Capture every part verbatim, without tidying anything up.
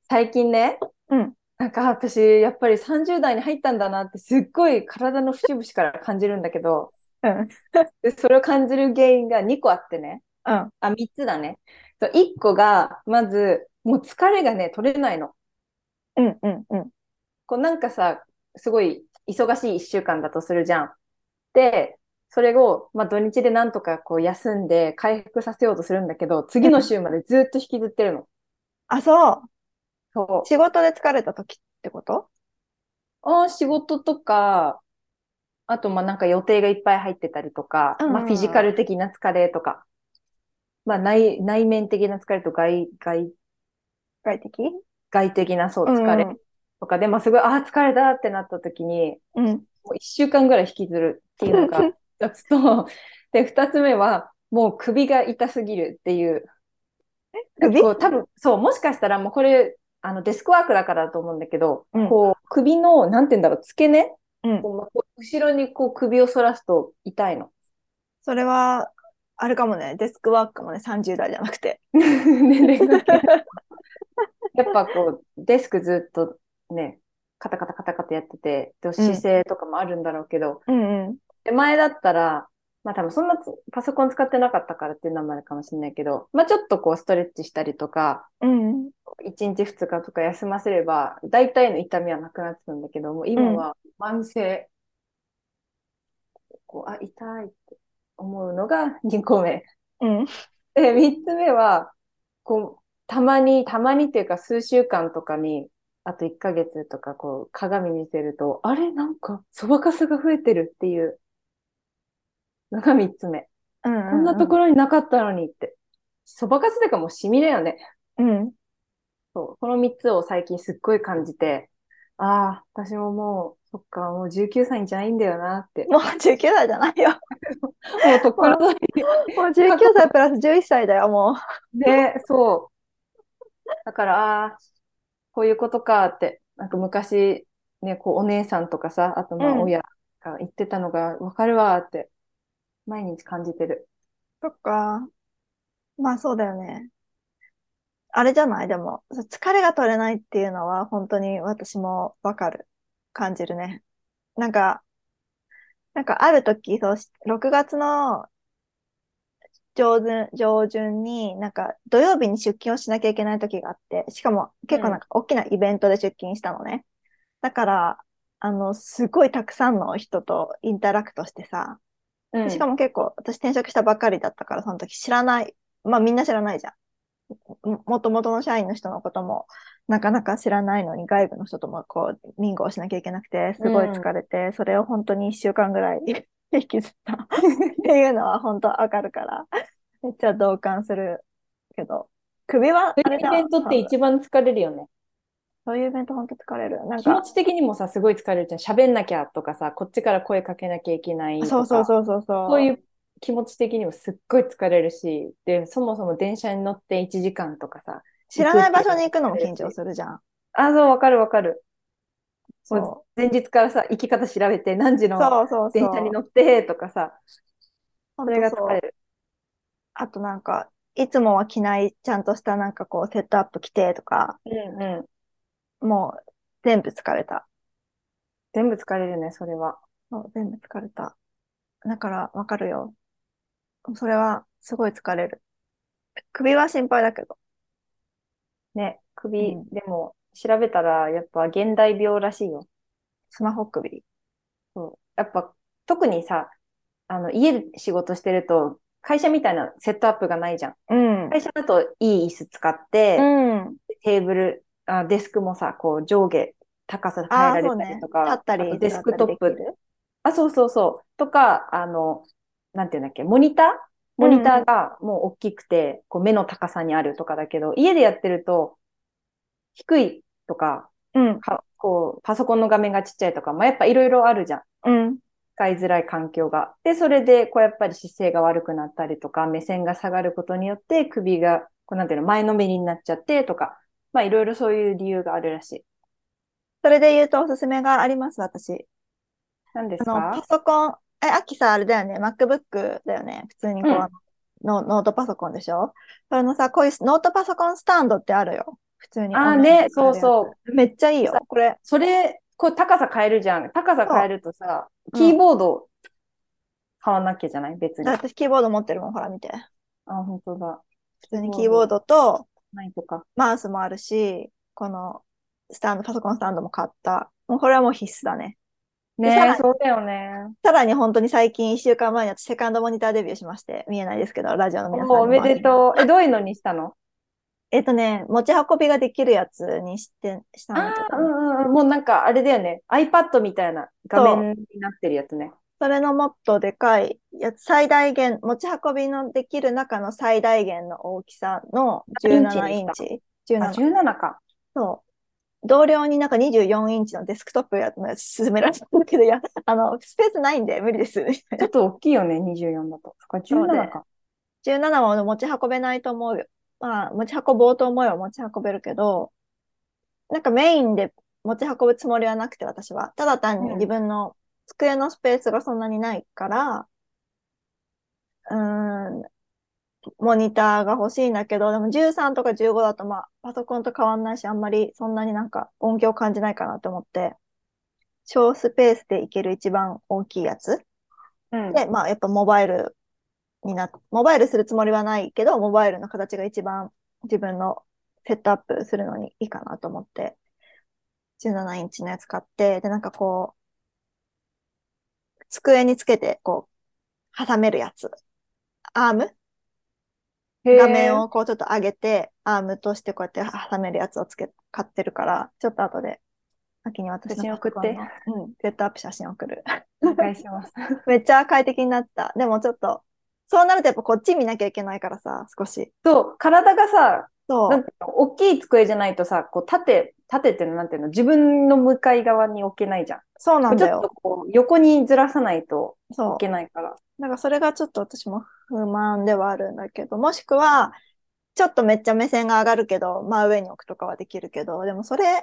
最近ね、 うん。 なんか私、やっぱりさんじゅう代に入ったんだなってすっごい体の節々から感じるんだけど、 うん。 で、それを感じる原因がにこあってね。 うん。 あ、みっつだね。そういっこが、まず、もう疲れがね、取れないの。 うん。うん。うん。 こうなんかさ、すごい忙しいいっしゅうかんだとするじゃん。で、それを、まあ、土日でなんとかこう休んで回復させようとするんだけど、次の週までずっと引きずってるの。 あ、そう。 そう。 仕事で疲れた時ってこと？ あー仕事とか、あとまあなんか予定がいっぱい入ってたりとか、 うまあフィジカんうん。 ル的な疲れとか、まあ内、内面的な疲れと外、外、 快適。 外的なそう疲れうんうん。 とかで、まあすごい、ああ、疲れたってなった時に、 うん。 もういっしゅうかんぐらい引きずるっていうのが一つと、で、二つ目は、もう首が痛すぎるっていう、結首。 構多分、そう、もしかしたらもうこれ、あのデスクワークだからだと思うんだけど、 うん。 こう、首の、なんて言うんだろう、付け根うん。 こうまあこう後ろにこう首を反らすと痛いの。 それは、あれかもね。デスクワークかもね。さんじゅう代じゃなくて。 年齢関係ない。やっぱこう、デスクずっとね、カタカタカタカタやってて、でうん。 姿勢とかもあるんだろうけど、 うんうん。 で前だったら、まあ多分そんなつパソコン使ってなかったからっていうのもあるかもしれないけど、まあちょっとこうストレッチしたりとか、 うん。 いちにちふつかとか休ませれば、大体の痛みはなくなってたんだけども、 うん。 今は慢性、こう、あ、痛いって思うのがにこめ。 うん。 で、みっつめは、こう、たまに、たまにっていうか数週間とかに、あといっかげつとか、こう、鏡見てると、あれなんか、そばかすが増えてるっていうのがみっつめ。 うこんなとんうん。 ころになかったのにって。そばかすとかもうシミだよね。 うん。 そう。このみっつを最近すっごい感じて、ああ、私ももう、そっか、もうじゅうきゅうさいじゃないんだよなって。 もうじゅうきゅう代じゃないよ。 もうとっもう、 ころどりもう19 過去歳プラスじゅういっさいだよ、もで、そう。だから、ああ、こういうことかって、なんか昔、ね、こうお姉さんとかさ、あとう。うん。 まあ親が言ってたのがわかるわって、毎日感じてる。 そっか。まあそうだよね。あれじゃないでも、疲れが取れないっていうのは本当に私もわかる。感じるね。なんか、なんかある時、そうし、ろくがつの上旬、上旬に、なんか土曜日に出勤をしなきゃいけない時があって、しかもうん、 結構なんか大きなイベントで出勤したのね。だから、あの、すごいたくさんの人とインタラクトしてさ、でしかうん、 も結構私転職したばっかりだったから、その時知らない、まあみんな知らないじゃん。ももともとの社員の人のこともなかなか知らないのに外部の人ともこうミンゴをしなきゃいけなくてうすごいん。 疲れて、それを本当にいっしゅうかんぐらい引きずったっていうのは本当わかるから、めっちゃ同感するけど、首はあれじゃん、 イベントって多分。 一番疲れるよね。 そういうイベント本当疲れる。なんか、 気持ち的にもさ、すごい疲れるじゃん。喋んなきゃとかさ、こっちから声かけなきゃいけないそうそうとか、 そうそうそそういう気持ち的にもすっごい疲れるし、で、そもそも電車に乗っていちじかんとかさ、 う。知行らないくっていうのも場所に行くのも緊張疲れるし。 するじゃん。 あ、そう、わかるわかる。もうそう。 前日からさ、行き方調べて、何時のそうそう電車にそう。 乗ってとかさ、そ本れ当そう。 が疲れる。 あとなんか、いつもは着ないちゃんとしたなんかこうセットアップ着てとか、 うんうん。 もう全部疲れた。 全部疲れるね、それは。 そう、全部疲れた。だからわかるよ。それはすごい疲れる。首は心配だけど。 ね、首、 うん。 でも、調べたら、やっぱ現代病らしいよ。 スマホ首。 そう。やっぱ、特にさ、あの、家で仕事してると、会社みたいなセットアップがないじゃん。 うん。 会社だといい椅子使っうて、 ん。 テーブル、あ、デスクもさ、こう上下高さ変えああ、 られたりそうね。 とか、 立ったあとデスり座ったりクトップ、 できる。 あ、そうそうそう、とか、あの、なんていうんだっけ、モニターモニターうんうん。 がもう大きくて、こう目の高さにあるとかだけど、家でやってると低いとか、 うん。 かこう、パソコンの画面がちっちゃいとか、まあ、やっぱいろいろあるじゃん。 うん。 使いづらい環境が。で、それで、こうやっぱり姿勢が悪くなったりとか、目線が下がることによって、首が、こうなんていうの、前のめりになっちゃってとか、まあいろいろそういう理由があるらしい。 それで言うとおすすめがあります、私。 何であの、パすか？ ソコン、え、アッキさ、あれだよね。MacBook だよね。普通にこう、あうん。 の、ノノートパソコンでしょ？それのさ、こういうノートパソコンスタンドってあるよ。 普通にああオンラインでね、そう買えるやそつ。めっちゃいいう。さ、 よ。これ。 それ、こう高さ変えるじゃん。高さ変えそるとさ、 う。うキーん。 ボード買わなきゃじゃない別に。 だ私キーボード持ってるもん、ほら見て。 あ、本当だ。 普キー通にキーボーボードドとないとか。 マウスもあるし、このスタンド、パソコンスタンドも買った。もうこれはもう必須だね。で、さねえ、 らに、 そうだよね。 さらに本当に最近いっしゅうかんまえに私セカンドモニターデビューしまして、見えないですけど、ラジオの皆さお、おめんにも。 でとう。え、どういうのにしたの？ えっとね、持ち運びができるやつにして、したああー、うんだけど、 んうんうん。もうなんかあれだよね。iPad みたいな画そう、 面になってるやつね。 それのもっとでかいやつ、最大限、持ち運びのできる中の最大限の大きさのインチ 17 にした。 インチ。 あ、 じゅうなな。 じゅうななか。 そう。同僚になんかにじゅうよんインチのデスクトップやのやつ勧められたんだけど、いや、あの、スペースないんで無理です。 ちょっと大きいよね、にじゅうよんだと。そっか、 そうで、 じゅうななか。 じゅうななは持ち運べないと思うよ。まあ、持ち運ぼうと思えば持ち運べるけど、なんかメインで持ち運ぶつもりはなくて、私は。ただ単に自うん。 分の机のスペースがそんなにないから、うーん、モニターが欲しいんだけど、でもじゅうさんとかじゅうごだとまあ、パソコンと変わんないし、あんまりそんなになんか音響感じないかなと思って、小スペースでいける一番大きいやつ。 うん。 で、まあ、やっぱモバイルになっ、モバイルするつもりはないけど、モバイルの形が一番自分のセットアップするのにいいかなと思って、じゅうななインチのやつ買って、で、なんかこう、机につけて、こう、挟めるやつ。アームへ画面え、 をこうちょっと上げて、アームとしてこうやって挟めるやつをつけ、買ってるから、ちょっと後で、先に私写の真送って。 パソコンの、うん、セットアップ写真送る。 お願いします。 めっちゃ快適になった。でもちょっと、そうなるとやっぱこっち見なきゃいけないからさ、少し。 そう、体がさ、なんそていうの、大きい机じゃないとさ、こう縦、縦っていうのなんていうの、自分の向かい側に置けないじゃん。 う、そうなこうちょっとんだよ。 こう横にずらさないと置そけないから。 う。だからそれがちょっと私も不満ではあるんだけど、もしくは、ちょっとめっちゃ目線が上がるけど、真上に置くとかはできるけど、でもそれ、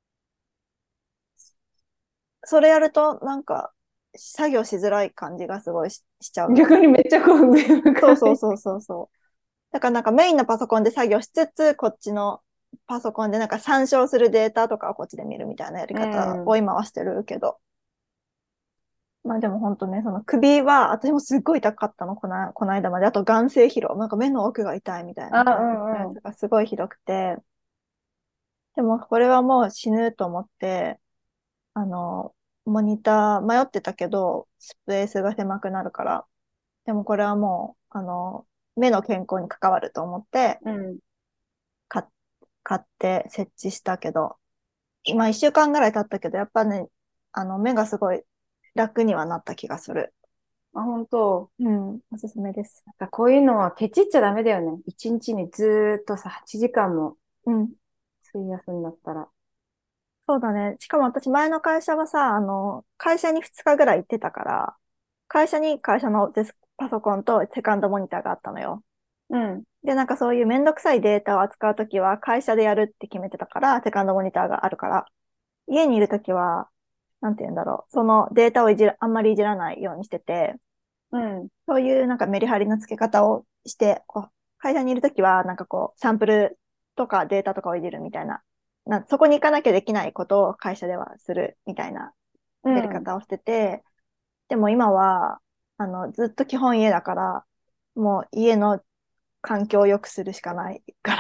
それやるとなんか、作業しづらい感じがすごいし、しちゃうの。 逆にめっちゃこう上向かない。 そうそうそうそうそう。だからなんかメインのパソコンで作業しつつ、こっちのパソコンでなんか参照するデータとかをこっちで見るみたいなやりう方をん。 今はしてるけど。まあでも本当ね、その首は、私もすっごい痛かったの、この、この間まで。あと眼性疲労。なんか目の奥が痛いみたいあ、 な感じのうんうん。 やつがすごいひどくて。でもこれはもう死ぬと思って、あの、モニター迷ってたけど、スペースが狭くなるから。でもこれはもう、あの、目の健康に関わると思って、 うん。 買買って設置したけど、今一週間ぐらい経ったけど、やっぱね、あの、目がすごい楽にはなった気がする。 あ、本当。 うん、おすすめです。 なんかこういうのはケチっちゃダメだよね。一日にずーっとさ、はちじかんもうん。 費やすんだったら。 そうだね。しかも私前の会社はさ、あの、会社にふつかぐらい行ってたから、会社に会社のデスクパソコンとセカンドモニターがあったのよ。 うん。 で、なんかそういうめんどくさいデータを扱うときは会社でやるって決めてたから、セカンドモニターがあるから、家にいるときは、なんて言うんだろう。そのデータをいじら、あんまりいじらないようにしてて、 うん。 そういうなんかメリハリの付け方をして、こう、会社にいるときは、なんかこう、サンプルとかデータとかをいじるみたいな、な、そこに行かなきゃできないことを会社ではするみたいなやりうん。 方をしてて、でも今は、あの、ずっと基本家だから、もう家の環境を良くするしかないから、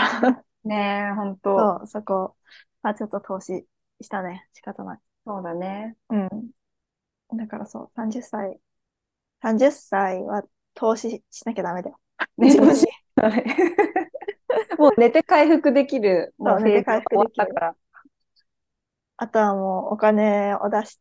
ねえ、ほんと。 そう、そこはちょっと投資したね。仕方ない。 そうだね。 うん。だからそう、さんじゅっさい、さんじゅっさいは投資しなきゃダメだよ。 ね、 自分に。 年。はい。もう寝て回復できる、もそう、 うフ寝て回ェーズは終わ復できる。 ったから。 あとはもうお金を出して、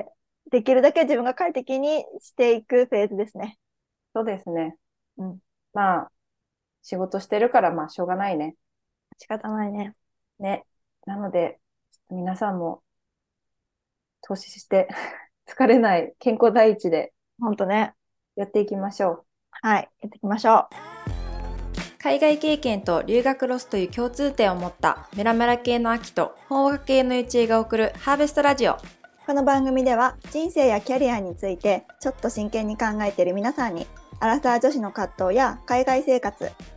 できるだけ自分が快適にしていくフェーズですね。 そうですね。 うん。 まあ、仕事してるから、まあ、しょうがないね。 仕方ないね。 ね。なので、皆さんも投資して疲れない健康第一でほんとね。 やっていきましょう。 はい。やっていきましょう。 海外経験と留学ロスという共通点を持ったメラメラ系の秋と法学系のゆちえが送るハーベストラジオ。 この番組では人生やキャリアについてちょっと真剣に考えている皆さんにアラサー女子の葛藤や海外生活、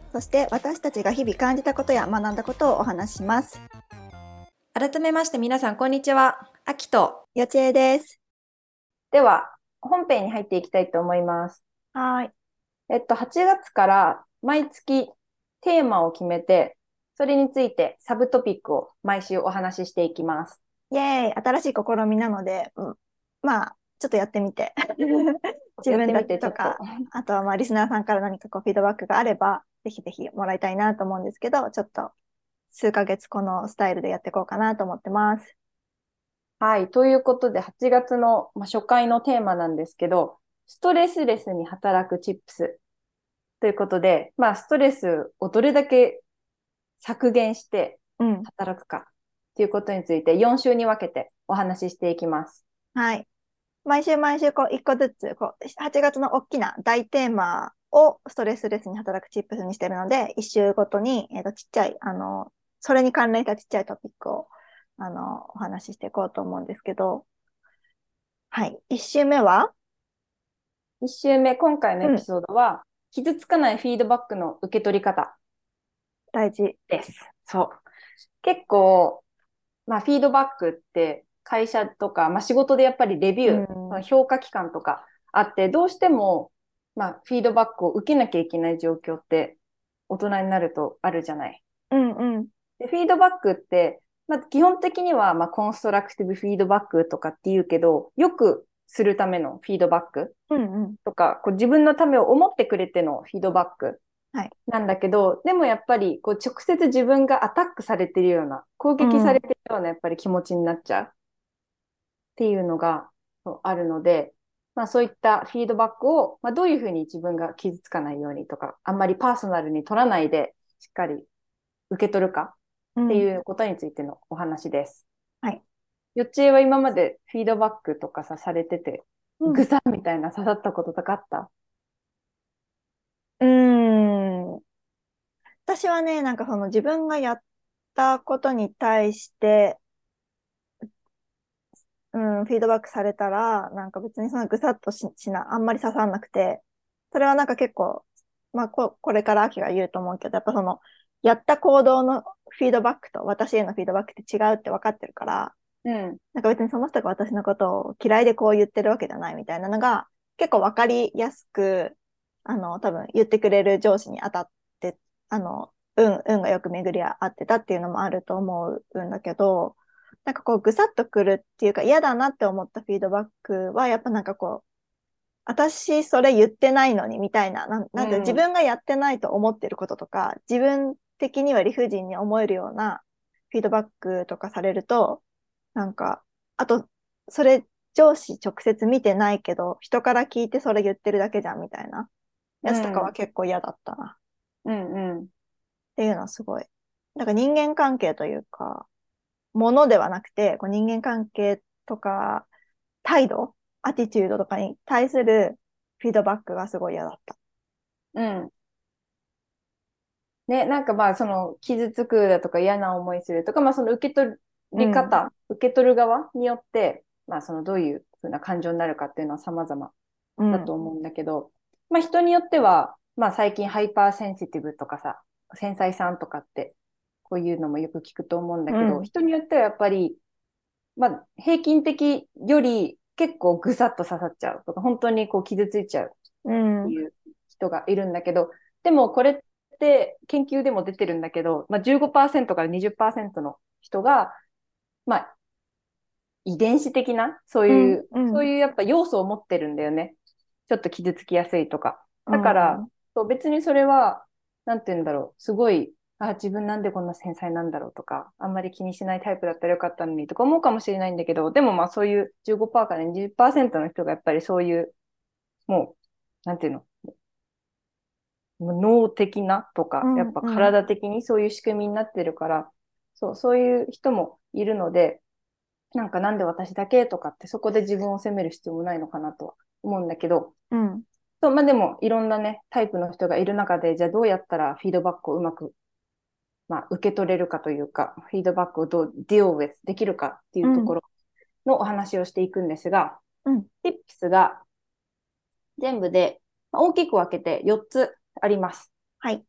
そして私たちが日々感じたことや学んだことをお話しします。 改めまして皆さんこんにちは。あきと。 よちえです。 では、本編に入っていきたいと思います。 はい。 えっと、はちがつから毎月テーマを決めて、それについてサブトピックを毎週お話ししていきます。 イエーイ、新しい試みなので、うん、まあ、ちょっとやってみて。自分たやってみてちょっと。 ちとか、あとはまあリスナーさんから何かこうフィードバックがあれば、ぜひぜひもらいたいなと思うんですけど、ちょっと数ヶ月このスタイルでやっていこうかなと思ってます。 はい。ということで、はちがつの、まあ、初回のテーマなんですけど、ストレスレスに働くチップスということで、まあ、ストレスをどれだけ削減してうん。 働くかということについてよん週に分けてお話ししていきます。 はい。毎週毎週こう一個ずつ、こうはちがつの大きな大テーマをストレスレスに働くチップスにしてるので、一週ごとに、えーと、ちっちゃい、あの、それに関連したちっちゃいトピックを、あの、お話ししていこうと思うんですけど、はい。一週目は、 いち週目、今回のエピうん、 ソードは、傷つかないフィードバックの受け取り方大事。 です。そう。結構、まあ、フィードバックって会社とか、まあ、仕事でやっぱりレビうュー、そのん、 評価機関とかあって、どうしても、まあ、フィードバックを受けなきゃいけない状況って大人になるとあるじゃない。 うん、うん、 で、フィードバックって、まあ、基本的には、まあ、コンストラクティブフィードバックとかって言うけど、よくするためのフィードバックうん、うん。 とか、こう自分のためを思ってくれてのフィードバックはい。 なんだけど、でもやっぱり、こう直接自分がアタックされてるような、攻うん、 撃されてるようなやっぱり気持ちになっちゃうっていうのがそうあるので、まあそういったフィードバックを、まあどういうふうに自分が傷つかないようにとか、あんまりパーソナルに取らないで、しっかり受け取るかってうん。 いうことについてのお話です。 はい。 よっちえは今までフィードバックとかさ、されてて、 うん。 グサみたいな刺さったこととかあった？ うーん。私はね、なんかその自分がやったことに対して、うん、フィードバックされたら、なんか別にそのぐさっとし、しな、あんまり刺さんなくて、それはなんか結構、まあこ、これから秋が言うと思うけど、やっぱその、やった行動のフィードバックと私へのフィードバックって違うって分かってるから、 うん。 なんか別にその人が私のことを嫌いでこう言ってるわけじゃないみたいなのが、結構分かりやすく、あの、多分言ってくれる上司に当たって、あの、運、運がよく巡り合ってたっていうのもあると思うんだけど、なんかこうぐさっとくるっていうか嫌だなって思ったフィードバックはやっぱなんかこう、私それ言ってないのにみたいな、なん、なんで自うん。 分がやってないと思ってることとか、自分的には理不尽に思えるようなフィードバックとかされると、なんか、あと、それ上司直接見てないけど、人から聞いてそれ言ってるだけじゃんみたいなやつとかはうん。 結構嫌だったなうん。うん。 っていうのはすごい。なんか人間関係というか、ものではなくて、こう人間関係とか、態度、アティチュードとかに対するフィードバックがすごい嫌だった。 うん。ね、なんかまあ、その、傷つくだとか嫌な思いするとか、まあ、その受け取うん。 り方、受け取る側によって、まあ、その、どういうふうな感情になるかっていうのは様々 うん。 だと思うんだけど、まあ、人によっては、まあ、最近ハイパーセンシティブとかさ、繊細さんとかって、こういうのもよく聞くと思うんだけど、 うん。 人によってはやっぱり、まあ、平均的より結構ぐさっと刺さっちゃうとか、本当にこう傷ついちゃううん。 っていう人がいるんだけど、でもこれって研究でも出てるんだけど、まあ、じゅうごパーセントからにじゅっパーセントの人が、まあ、遺伝子的な、そううん。 いう、 うん。 そういうやっぱ要素を持ってるんだよね。ちょっと傷つきやすいとか。 うだから、 ん。 そう別にそれは、なんて言うんだろう、すごい、あ、自分なんでこんな繊細なんだろうとか、あんまり気にしないタイプだったらよかったのにとか思うかもしれないんだけど、でもまあそういうじゅうごパーセントからにじゅっパーセントの人がやっぱりそういう、もう、なんていうの、脳的なとか、やうん。 っぱうん。 体的にそういう仕組みになってるから、そう、そういう人もいるので、なんかなんで私だけとかってそこで自分を責める必要もないのかなとは思うんだけど、 うん。 そう、まあでもいろんなね、タイプの人がいる中で、じゃあどうやったらフィードバックをうまく、まあ、受け取れるかというか、フィードバックをどうディオ with できるかっていうん。 うところのお話をしていくんですが、 うん。 tips が全部で大きく分けてよっつあります。 はい。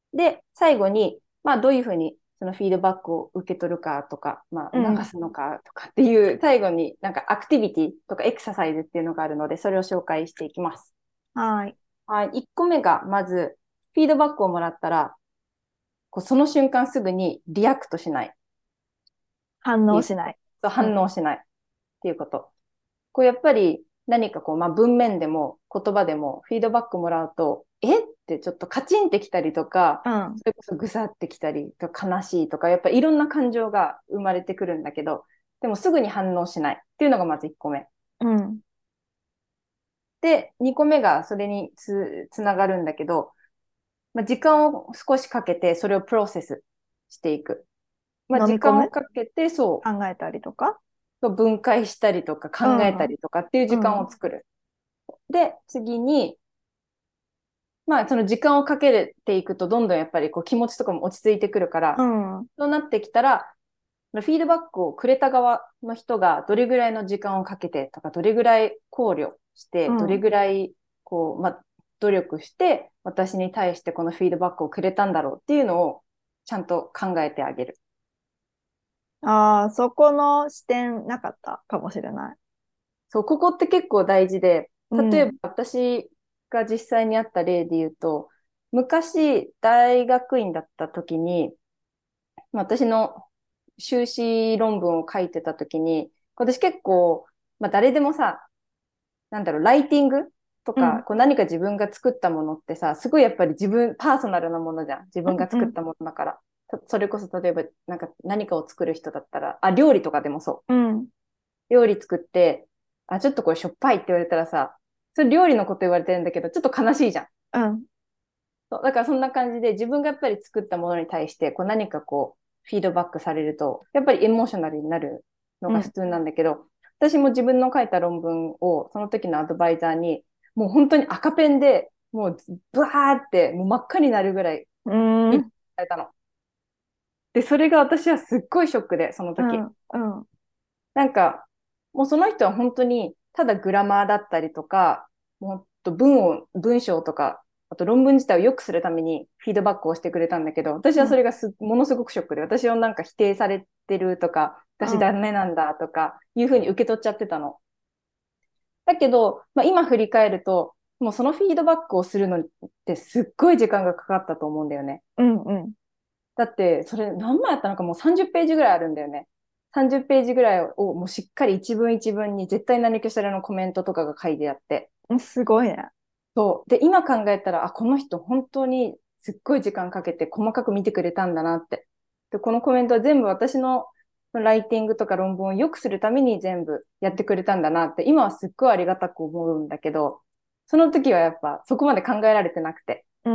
で、最後に、まあ、どういうふうにそのフィードバックを受け取るかとか、まあ、 うん。 流すのかとかっていう、最後になんかアクティビティとかエクササイズっていうのがあるので、それを紹介していきます。 はい。 はい、いっこめが、まず、フィードバックをもらったら、こうその瞬間すぐにリアクトしないっ反ていうこと。 応しない。 そううん。 反応しないっていうこと。こうやっぱり何かこう、まあ、文面でも言葉でもフィードバックもらうと、えってちょっとカチンってきたりとか、 うん。 それこそぐさってきたりとか悲しいとか、やっぱりいろんな感情が生まれてくるんだけど、でもすぐに反応しないっていうのがまずいっこめ。 うん。 で、にこめがそれにつ、つながるんだけど、まあ、時間を少しかけてそれをプロセスしていく。まあ、時飲み込む間をかけてそ考えたりとか。 う、分解したりとか考えたうん。 りとかっていう時間うん。 を作る。で、次に、まあ、その時間をかけていくと、どんどんやっぱりこう気持ちとかも落ち着いてくるから、 うん。 そうなってきたら、フィードバックをくれた側の人がどれぐらいの時間をかけてとか、どれぐらい考慮して、どれうん。 ぐらいこう、まあ、努力して、私に対してこのフィードバックをくれたんだろうっていうのをちゃんと考えてあげる。 ああ、そこの視点なかったかもしれない。 そう、ここって結構大事で、例えばうん。 私が実際にあった例で言うと、昔大学院だった時に、私の修士論文を書いてた時に、私結構、まあ誰でもさ、なんだろう、ライティングとか、 うん。 こう何か自分が作ったものってさ、すごいやっぱり自分、パーソナルなものじゃん。自うん。うん。 分が作ったものだから。それこそ例えば、なんか何かを作る人だったら、あ、料理とかでもそう。 うん。 料理作って、あ、ちょっとこれしょっぱいって言われたらさ、それ料理のこと言われてるんだけど、ちょっと悲しいじゃん。 うん。 そうだからそんな感じで自分がやっぱり作ったものに対して、こう何かこう、フィードバックされると、やっぱりエモーショナルになるのうん。 が普通なんだけど、私も自分の書いた論文を、その時のアドバイザーに、もう本当に赤ペンで、もうブワーって、もう真っ赤になるぐらい、 うん。 フィードバッうん。 クされたの。で、それが私はすっごいショックで、その時。 うん。うん。 なんか、もうその人は本当に、ただグラマーだったりとか、もっと文を、文章とか、あと論文自体を良くするためにフィードバックをしてくれたんだけど、私はそれがすものすごくショックで、私をなんか否定されてるとか、私ダメなんだとか、いうふうに受け取っちゃってたの。だけど、まあ、今振り返ると、もうそのフィードバックをするのってすっごい時間がかかったと思うんだよね。 うん。うん。 だって、それ何枚あったのかもうさんじゅっページぐらいあるんだよね。さんじゅっページぐらいをもうしっかり一文一文に絶対何かしらのコメントとかが書いてあって。 うん。すごいね。 そう。で、今考えたら、あ、この人本当にすっごい時間かけて細かく見てくれたんだなって。で、このコメントは全部私のライティングとか論文を良くするために全部やってくれたんだなって、今はすっごいありがたく思うんだけど、その時はやっぱそこまで考えられてなくて。 うん。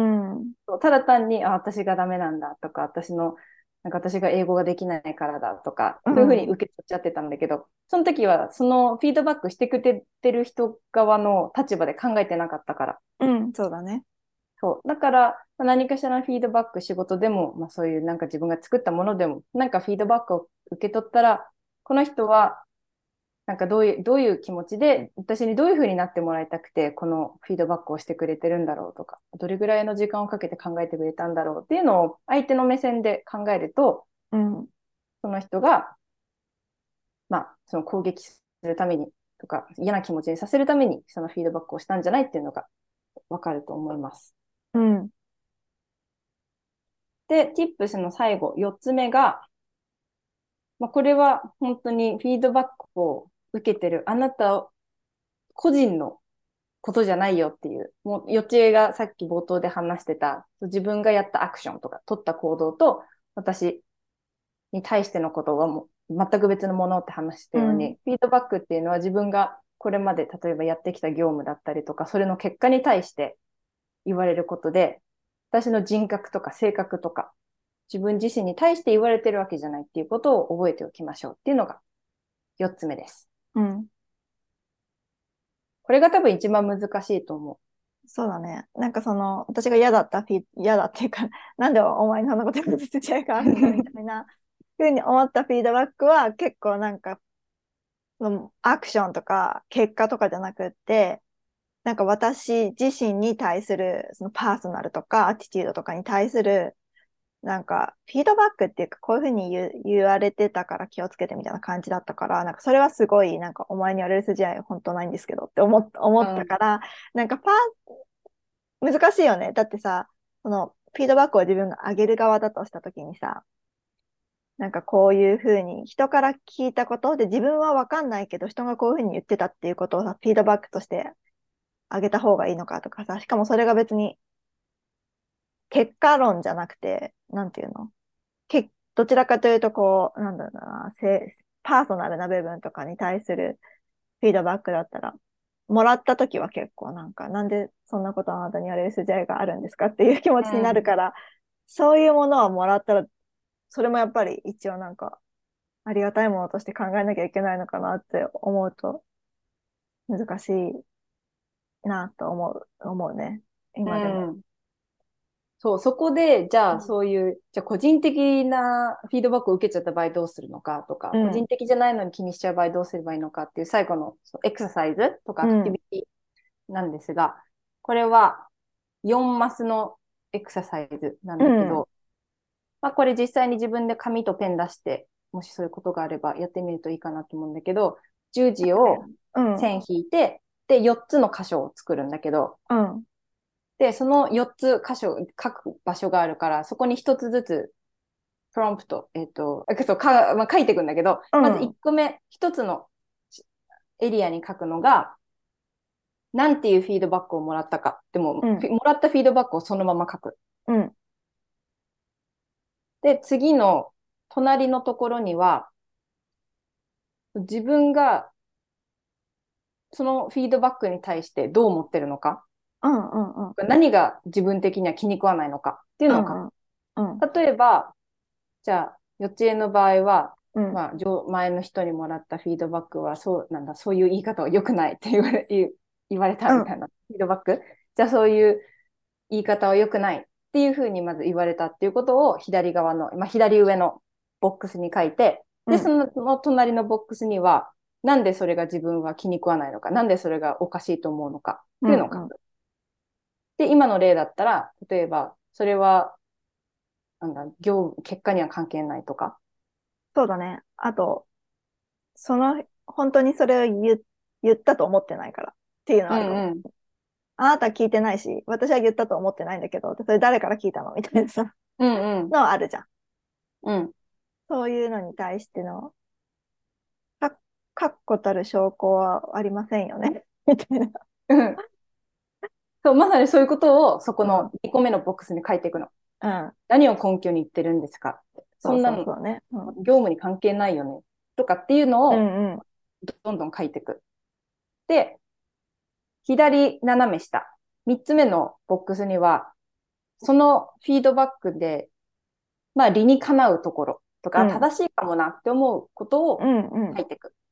ただ単に、あ、私がダメなんだとか、私の、なんか私が英語ができないからだとか、そういうふうにうん。 受け取っちゃってたんだけど、その時はそのフィードバックしてくれてる人側の立場で考えてなかったから。 うん。そうだね。 そう。だから、何かしらのフィードバック仕事でも、まあそういうなんか自分が作ったものでも、なんかフィードバックを受け取ったら、この人はなんかどういう、どういう気持ちで、私にどういうふうになってもらいたくて、このフィードバックをしてくれてるんだろうとか、どれぐらいの時間をかけて考えてくれたんだろうっていうのを相手の目線で考えると、 うん。 その人が、まあ、その攻撃するためにとか、嫌な気持ちにさせるために、そのフィードバックをしたんじゃないっていうのがわかると思います。 うん。 で、tips の最後、よっつめが、まあ、これは本当にフィードバックを受けてるあなた個人のことじゃないよっていう、もう、よちえがさっき冒頭で話してた、自分がやったアクションとか、取った行動と、私に対してのことはもう、全く別のものって話したうん。 ように、フィードバックっていうのは自分がこれまで例えばやってきた業務だったりとか、それの結果に対して言われることで、私の人格とか性格とか、自分自身に対して言われてるわけじゃないっていうことを覚えておきましょうっていうのがよっつめです。 うん。 これが多分一番難しいと思そうだね。なんかその、私が嫌だったフィ、嫌だっていうか、なんでお前にそんなこと言わせちゃいがあるんだみたいな、ふうに思ったフィードバックは結構なんか、そのアクションとか結果とかじゃなくって、 なんか私自身に対する、そのパーソナルとかアティチュードとかに対する、なんか、フィードバックっていうか、こういうふうに言う、言われてたから気をつけてみたいな感じだったから、なんかそれはすごい、なんかお前に言われる筋合い本当ないんですけどって思っ、思うん。 ったから、なんかパー、難しいよね。だってさ、その、フィードバックを自分が上げる側だとしたときにさ、なんかこういうふうに人から聞いたことで自分はわかんないけど人がこういうふうに言ってたっていうことをさ、フィードバックとして上げた方がいいのかとかさ、しかもそれが別に結果論じゃなくて、なんていうのけ、どちらかというと、こう、なんだろうな、せ、パーソナルな部分とかに対するフィードバックだったら、もらったときは結構なんか、なんでそんなことあなたに言われる筋合いがあるんですかっていう気持ちになるうん。 から、そういうものはもらったら、それもやっぱり一応なんか、ありがたいものとして考えなきゃいけないのかなって思うと、難しいなと思う、思うね。 う今でも。 ん。そう、そこで、じゃあ、 うん。 そういう、じゃあ、個人的なフィードバックを受けちゃった場合どうするのかとか、個うん。 人的じゃないのに気にしちゃう場合どうすればいいのかっていう最後のそのエクササイズとかアクティうん。 ビティなんですが、これはよんマスのエクササイズなんうん。 だけど、まあ、これ実際に自分で紙とペン出して、もしそういうことがあればやってみるといいかなと思うんだけど、十字をうん。 線引いて、で、よっつの箇所を作るんだけど、 うん。 で、そのよっつ箇所、書く場所があるから、そこにひとつずつプロンプト、えっ、と、そうか、まあ、書いていくんだけど、まず1 うん。 個目、ひとつのエリアに書くのが、なんていうフィードバックをもらったか。でも、 うん。 もらったフィードバックをそのまま書く。 うん。 で、次の隣のところには、自分がそのフィードバックに対してどう思ってるのか。 うん。うん。うん。 何が自分的には気に食わないのかっていうのを書く。 うん。うん。 例えば、じゃあ、幼稚園の場合は、 うん。 まあ、前の人にもらったフィードバックは、そう、なんだ、そういう言い方は良くないって言われ、言われたうん。 みたいなフィードバック。じゃあ、そういう言い方は良くないっていうふうにまず言われたっていうことを左側の、まあ、左上のボックスに書いて、で、そうん。 の、その隣のボックスには、なんでそれが自分は気に食わないのか、なんでそれがおかしいと思うのかっうん。うん。 ていうのを書く。で、今の例だったら、例えば、それは、なんだ、業務、結果には関係ないとか。 そうだね。あと、その、本当にそれを言、言ったと思ってないからっていうのうはあるかも。 んうん。 あなた聞いてないし、私は言ったと思ってないんだけど、それ誰から聞いたのみたいなさ、 うんうん。 のはあるじゃん。 うん。 そういうのに対しての、か確固たる証拠はありませんよね。みたいな。 うん。そう、まさにそういうことをそこうん。 のにこめのボックスに書いていくの。 うん。 何を根拠に言ってるんですかって。そそうんなのそうそうね。うん。 業務に関係ないよね。とかっていうのをうんうん。 どんどん書いていく。で、左斜め下、みっつめのボックスには、そのフィードバックで、まあ理にかなうところとか、 うん。 正しいかもなって思うことをうんうん。 書いていく。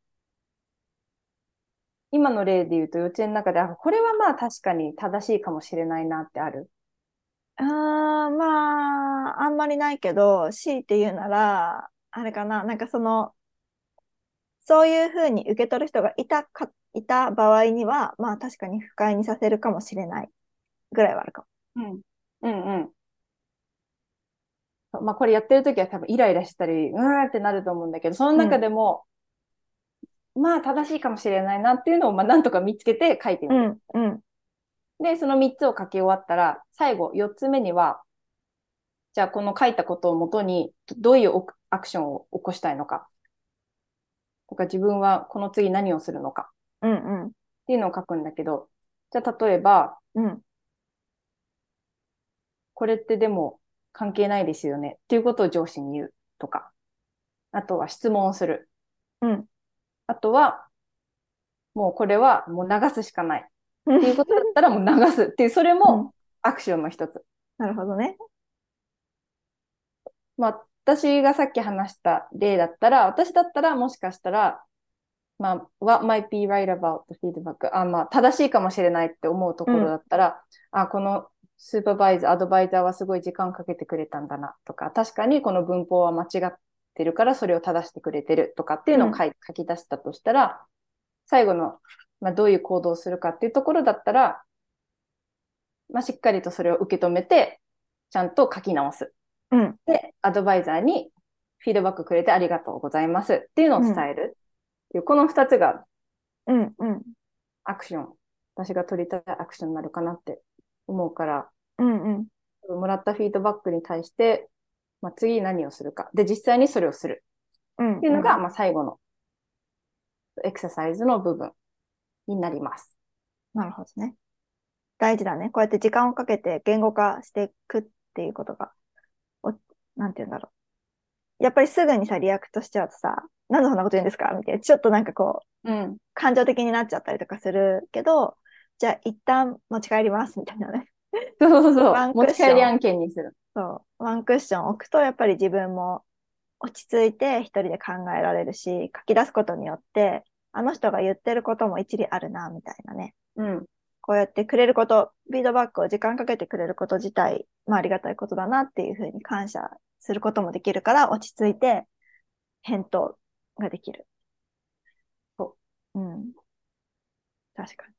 今の例で言うと幼稚園の中で、あ、これはまあ確かに正しいかもしれないなってある。 ああ、まあ、あんまりないけど、強いて言うなら、あれかな、なんかその、そういうふうに受け取る人がいたか、いた場合には、まあ確かに不快にさせるかもしれないぐらいはあるかうん。うんうん。まあこれやってるときは多分イライラしたり、うーんってなると思うんだけど、そのも。うん。 中でも、まあ正しいかもしれないなっていうのを、まあなんとか見つけて書いてみる。 うん。うん。 で、そのみっつを書き終わったら、最後よっつめには、じゃあこの書いたことをもとに、どういうアクションを起こしたいのか、とか自分はこの次何をするのかうん。うん。 っていうのを書くんだけど、じゃあ例えば、 うん。 これってでも関係ないですよねっていうことを上司に言うとか、あとは質問をする。 うん。 あとは、もうこれはもう流すしかないっうん。 ていうことだったらもう流すっていう、それうん。 もアクションの一つ。 なるほどね。 まあ、私がさっき話した例だったら、私だったらもしかしたら、まあ、what might be right about the feedback? あ、まあ、正しいかもしれないって思うところだうん。 ったら、あ、このスーパーバイザー、アドバイザーはすごい時間かけてくれたんだなとか、確かにこの文法は間違ってるからそれを正してくれてるとかっていうのをうん。 書い書き出したとしたら、最後のまあ、どういう行動をするかっていうところだったら、まあ、しっかりとそれを受け止めて、ちゃんと書き直す。 うん。 で、アドバイザーにフィードバックくれてありがとうございますっていうのをうん。 伝える。この二つがうん。うん。 アクション、私が取りたいアクションになるかなって思うから、 うん。うん。 もらったフィードバックに対して、まあ、次何をするか。で、実際にそれをするうん。 っていうのが、 うん。 まあ、最後のエクササイズの部分になります。 なるほどね。大事だね。こうやって時間をかけて言語化していくっていうことが、お、なんて言うんだろう。やっぱりすぐにさ、リアクトしちゃうとさ、なんでそんなこと言うんですかみたいな。ちょっとなんかこう、 うん。 感情的になっちゃったりとかするけど、じゃあ一旦持ち帰りますみたいなね。 そうそうそう。 ワンク持ち帰りッション、 案件にする。 そう、ワンクッション置くと、やっぱり自分も落ち着いて一人で考えられるし、書き出すことによって、あの人が言ってることも一理あるな、みたいなね。 うん。 こうやってくれること、フィードバックを時間かけてくれること自体、まあありがたいことだなっていうふうに感謝することもできるから、落ち着いて返答ができる。 そうん。確かに。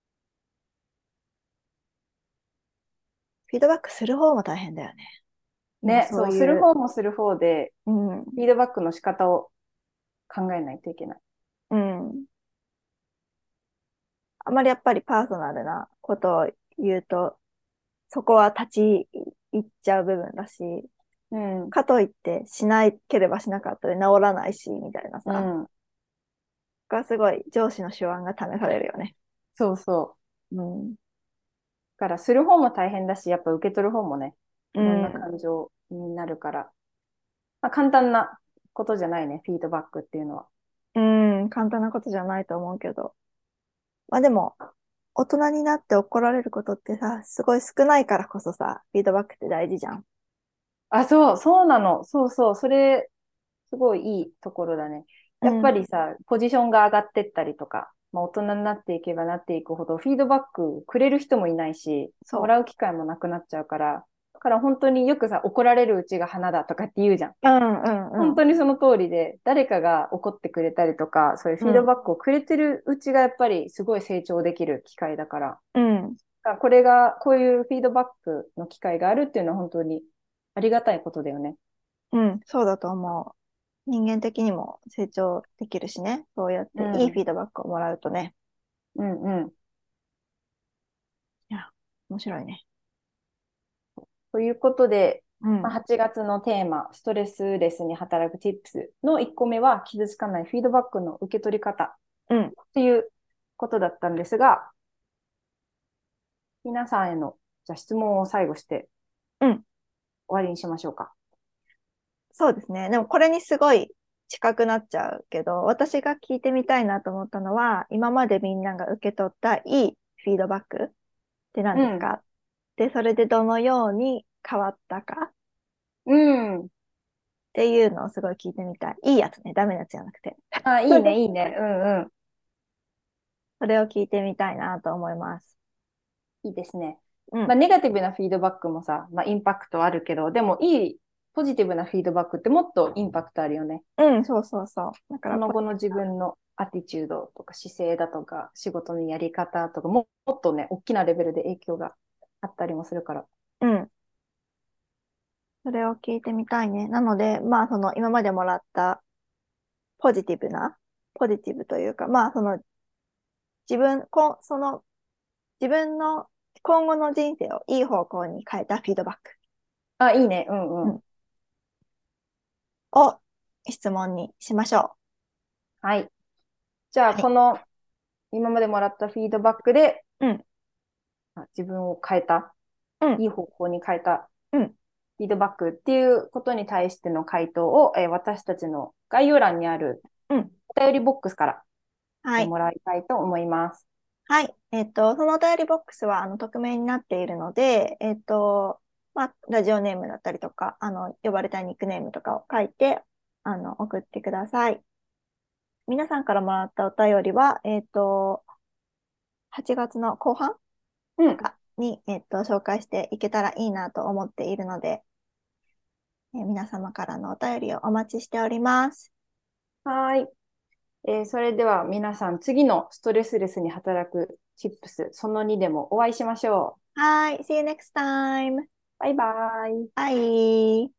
フィードバックする方も大変だよね。 う。 今ね、そう、するそういう、 方もする方で、 うん、 フィードバックの仕方を考えないといけない。 うん。あまりやっぱりパーソナルなことを言うと、そこは立ち入っちゃう部分だし、 うん。 かといってしなければしなかったで治らないし、みたいなさ、 うん。 がすごい上司の手腕が試されるよね。 そうそう。 うん。 だから、する方も大変だし、やっぱ受け取る方もね、いろんなうん。 感情になるから、まあ、簡単なことじゃないね、フィードバックっていうのは。 うん。簡単なことじゃないと思うけど。まあでも、大人になって怒られることってさ、すごい少ないからこそさ、フィードバックって大事じゃん。 あ、そう、そうなの。そうそう。それ、すごいいいところだね。やっぱうん。 りさ、ポジションが上がってったりとか、まあ、大人になっていけばなっていくほど、フィードバックくれる人もいないし、もそらう機会もなくなっちゃうから、だから本当によくさ、怒られるうちが花だとかって言うじゃん。 う。うんうんうん。 本当にその通りで、誰かが怒ってくれたりとか、そういうフィードうん。 バックをくれてるうちがやっぱりすごい成長できる機会だから、 うん。 だからこれが、こういうフィードバックの機会があるっていうのは本当にありがたいことだよね。 うん。そうだと思う。人間的にも成長できるしね。そうやっうていいフィーん。 ドバックをもらうとね。 うんうん。 いや、面白いね。 ということで、まあ、 うん。 はちがつのテーマ、ストレスレスに働く Tips のいっこめは、傷つかないフィードバックの受け取り方っうん。 ていうことだったんですが、皆さんへのじゃあ質問を最後してうん。 終わりにしましょうか。 そうですね。でもこれにすごい近くなっちゃうけど、私が聞いてみたいなと思ったのは、今までみんなが受け取ったいいフィードバックって何うん。 ですか？で、それでどのように変わったかっうん。 ていうのをすごい聞いてみたい。いいやつね。ダメなやつじゃなくて。 あ、いいね、いいね。うんうん。 それを聞いてみたいなと思います。 いいですね。まあ、 うん。 ネガティブなフィードバックもさ、まあ、インパクトあるけど、でもいい、ポジティブなフィードバックってもっとインパクトあるよね。 うん、そうそうそう。だからポジ、 その後の自分のアティチュードとか姿勢だとか仕事のやり方とかももっとね、大きなレベルで影響があったりもするから。 うん。それを聞いてみたいね。なので、まあ、その今までもらったポジティブな、ポジティブというか、まあ、その自分、こその自分の今後の人生をいい方向に変えたフィードバック、 あ、いいね。うんうん。 うん、を質問にしましょはい。じゃあ、 う。はい。 この今までもらったフィードバックでうん、 あ自分を変えた、 うん、 いい方向に変えたうん。 フィードバックっていうことに対しての回答を、えー私たちの概要欄にあるうん。 お便りボックスからはい。 もらいたいと思います。 はい。えっと、そのお便りボックスは、あの、匿名になっているので、えっと、まあ、ラジオネームだったりとか、あの、呼ばれたいニックネームとかを書いて、あの、送ってください。皆さんからもらったお便りは、えっと、はちがつの後半うん。 とかに、えっと、紹介していけたらいいなと思っているので、えー皆様からのお便りをお待ちしております。 はーい。 えーそれでは皆さん、次のストレスレスに働くチップス、そのにでもお会いしましょう。 はい。See you next time. バイバイ。 はい。